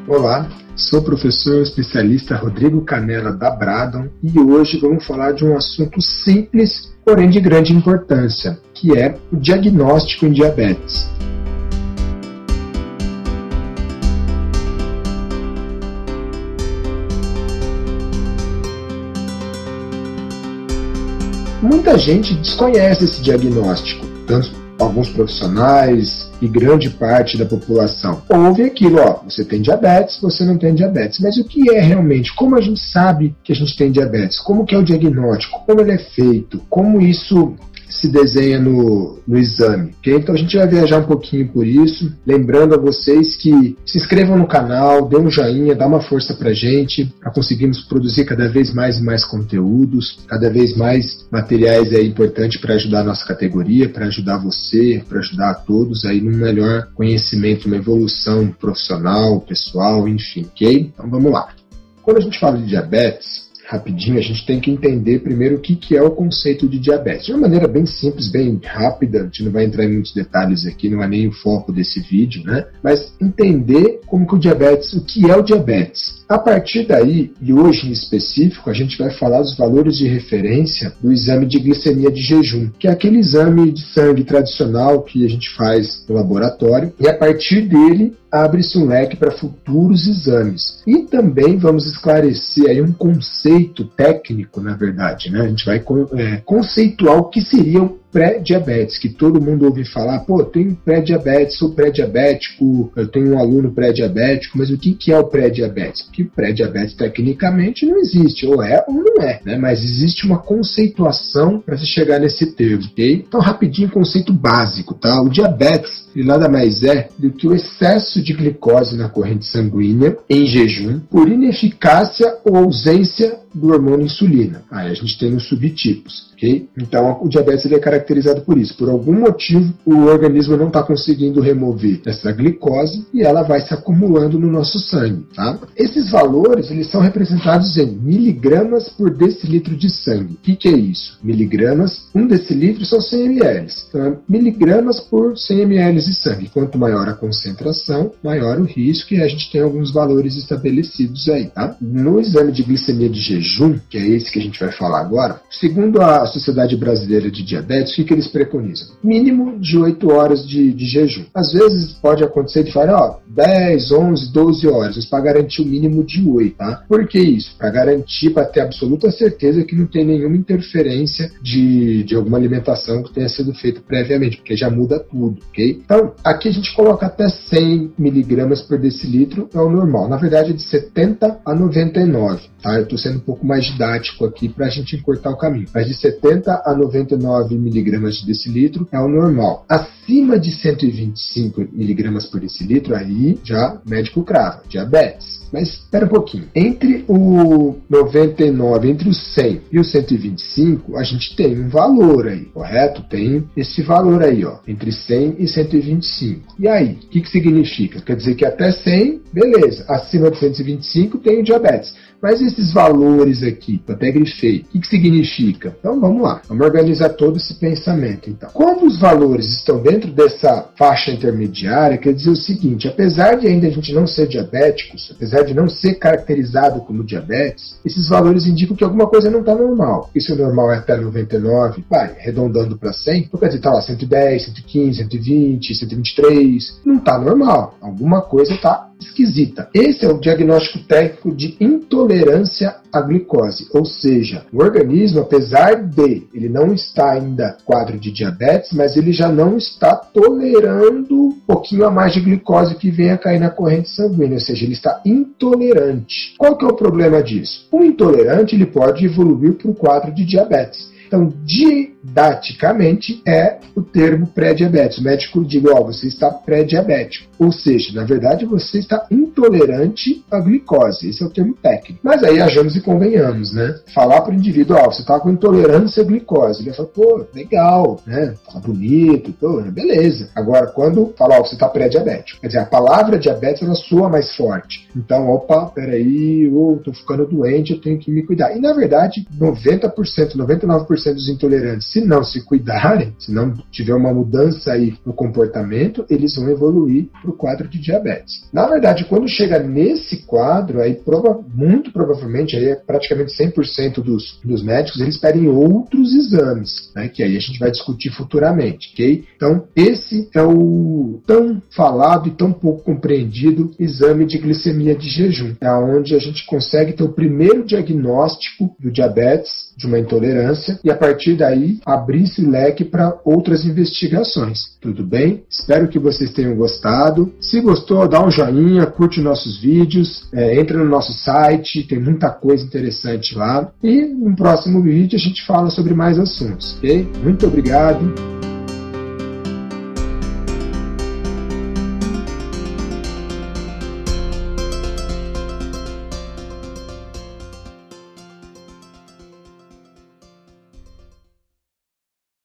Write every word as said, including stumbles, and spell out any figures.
Olá, sou o professor especialista Rodrigo Canella da Bradon e hoje vamos falar de um assunto simples, porém de grande importância, que é o diagnóstico em diabetes. Muita gente desconhece esse diagnóstico, tanto alguns profissionais e grande parte da população. Ouve aquilo, ó, você tem diabetes, você não tem diabetes. Mas o que é realmente? Como a gente sabe que a gente tem diabetes? Como que é o diagnóstico? Como ele é feito? Como isso se desenha no, no exame? Okay? Então a gente vai viajar um pouquinho por isso, lembrando a vocês que se inscrevam no canal, dê um joinha, dá uma força pra gente, para conseguirmos produzir cada vez mais e mais conteúdos, cada vez mais materiais é importante para ajudar a nossa categoria, para ajudar você, para ajudar a todos aí num melhor conhecimento, uma evolução profissional, pessoal, enfim, ok? Então vamos lá. Quando a gente fala de diabetes, rapidinho, a gente tem que entender primeiro o que, que é o conceito de diabetes. De uma maneira bem simples, bem rápida, a gente não vai entrar em muitos detalhes aqui, não é nem o foco desse vídeo, né? Mas entender como que o diabetes, o que é o diabetes. A partir daí, e hoje em específico, a gente vai falar dos valores de referência do exame de glicemia de jejum, que é aquele exame de sangue tradicional que a gente faz no laboratório, e a partir dele abre-se um leque para futuros exames. E também vamos esclarecer aí um conceito técnico, na verdade, né? A gente vai é, conceituar o que seria o pré-diabetes, que todo mundo ouve falar, pô, eu tenho pré-diabetes, sou pré-diabético, eu tenho um aluno pré-diabético, mas o que, que é o pré-diabetes? Porque pré-diabetes tecnicamente não existe, ou é ou não é, né? Mas existe uma conceituação para se chegar nesse termo, ok? Então, rapidinho, conceito básico, tá? O diabetes, ele nada mais é do que o excesso de glicose na corrente sanguínea em jejum por ineficácia ou ausência do hormônio insulina. Aí a gente tem os subtipos, ok? Então o diabetes ele é caracterizado por isso. Por algum motivo o organismo não está conseguindo remover essa glicose e ela vai se acumulando no nosso sangue, tá? Esses valores eles são representados em miligramas por decilitro de sangue. O que, que é isso? Miligramas, um decilitro são cem mililitros. Então é miligramas por cem mililitros de sangue. Quanto maior a concentração, maior o risco e a gente tem alguns valores estabelecidos aí, tá? No exame de glicemia de jejum, que é esse que a gente vai falar agora, segundo a Sociedade Brasileira de Diabetes, o que, que eles preconizam? Mínimo de oito horas de, de jejum. Às vezes pode acontecer de falar, ó, dez, onze, doze horas, mas para garantir o mínimo de oito, tá? Por que isso? Para garantir, para ter absoluta certeza que não tem nenhuma interferência de, de alguma alimentação que tenha sido feita previamente, porque já muda tudo, ok? Então, aqui a gente coloca até cem miligramas por decilitro, é o normal. Na verdade é de setenta a noventa e nove, tá? Eu estou sendo um pouco mais didático aqui para a gente encurtar o caminho. Mas de setenta a noventa e nove miligramas de decilitro é o normal. Acima de cento e vinte e cinco miligramas por decilitro, aí já médico crava, diabetes. Mas espera um pouquinho. Entre o noventa e nove, entre o cem e o cento e vinte e cinco, a gente tem um valor aí, correto? Tem esse valor aí, ó, entre cem e cento e vinte e cinco. E aí, o que, que significa? Quer dizer que até cem, beleza. Acima de cento e vinte e cinco tem o diabetes. Mas esses valores aqui, eu até grifei, o que, que significa? Então vamos lá, vamos organizar todo esse pensamento. Então, quando os valores estão dentro dessa faixa intermediária, quer dizer o seguinte, apesar de ainda a gente não ser diabéticos, apesar de não ser caracterizado como diabetes, esses valores indicam que alguma coisa não está normal. E se o normal é até noventa e nove, vai, arredondando para cem, então quer dizer, está lá cento e dez, cento e quinze, cento e vinte, cento e vinte e três, não está normal. Alguma coisa está esquisita. Esse é o diagnóstico técnico de intolerância à glicose, ou seja, o organismo, apesar de ele não estar ainda no quadro de diabetes, mas ele já não está tolerando um pouquinho a mais de glicose que venha a cair na corrente sanguínea, ou seja, ele está intolerante. Qual que é o problema disso? O intolerante ele pode evoluir para o quadro de diabetes. Então, didaticamente, é o termo pré-diabetes. O médico diz, ó, você está pré-diabético. Ou seja, na verdade, você está intolerante à glicose. Esse é o termo técnico. Mas aí, hajamos e convenhamos, né? Falar para o indivíduo, ó, você está com intolerância à glicose. Ele vai falar, pô, legal, né? Fala bonito, pô, beleza. Agora, quando fala, ó, você está pré-diabético. Quer dizer, a palavra diabetes, ela soa mais forte. Então, opa, peraí, eu tô ficando doente, eu tenho que me cuidar. E, na verdade, noventa por cento, noventa e nove por cento por cento dos intolerantes, se não se cuidarem, se não tiver uma mudança aí no comportamento, eles vão evoluir para o quadro de diabetes. Na verdade, quando chega nesse quadro, aí prova, muito provavelmente, aí é praticamente cem por cento dos, dos médicos, eles pedem outros exames, né, que aí a gente vai discutir futuramente, ok? Então, esse é o tão falado e tão pouco compreendido exame de glicemia de jejum. É onde a gente consegue ter o primeiro diagnóstico do diabetes, de uma intolerância, e a partir daí abrir esse leque para outras investigações. Tudo bem? Espero que vocês tenham gostado. Se gostou, dá um joinha, curte nossos vídeos, é, entra no nosso site, tem muita coisa interessante lá. E no próximo vídeo a gente fala sobre mais assuntos, ok? Muito obrigado.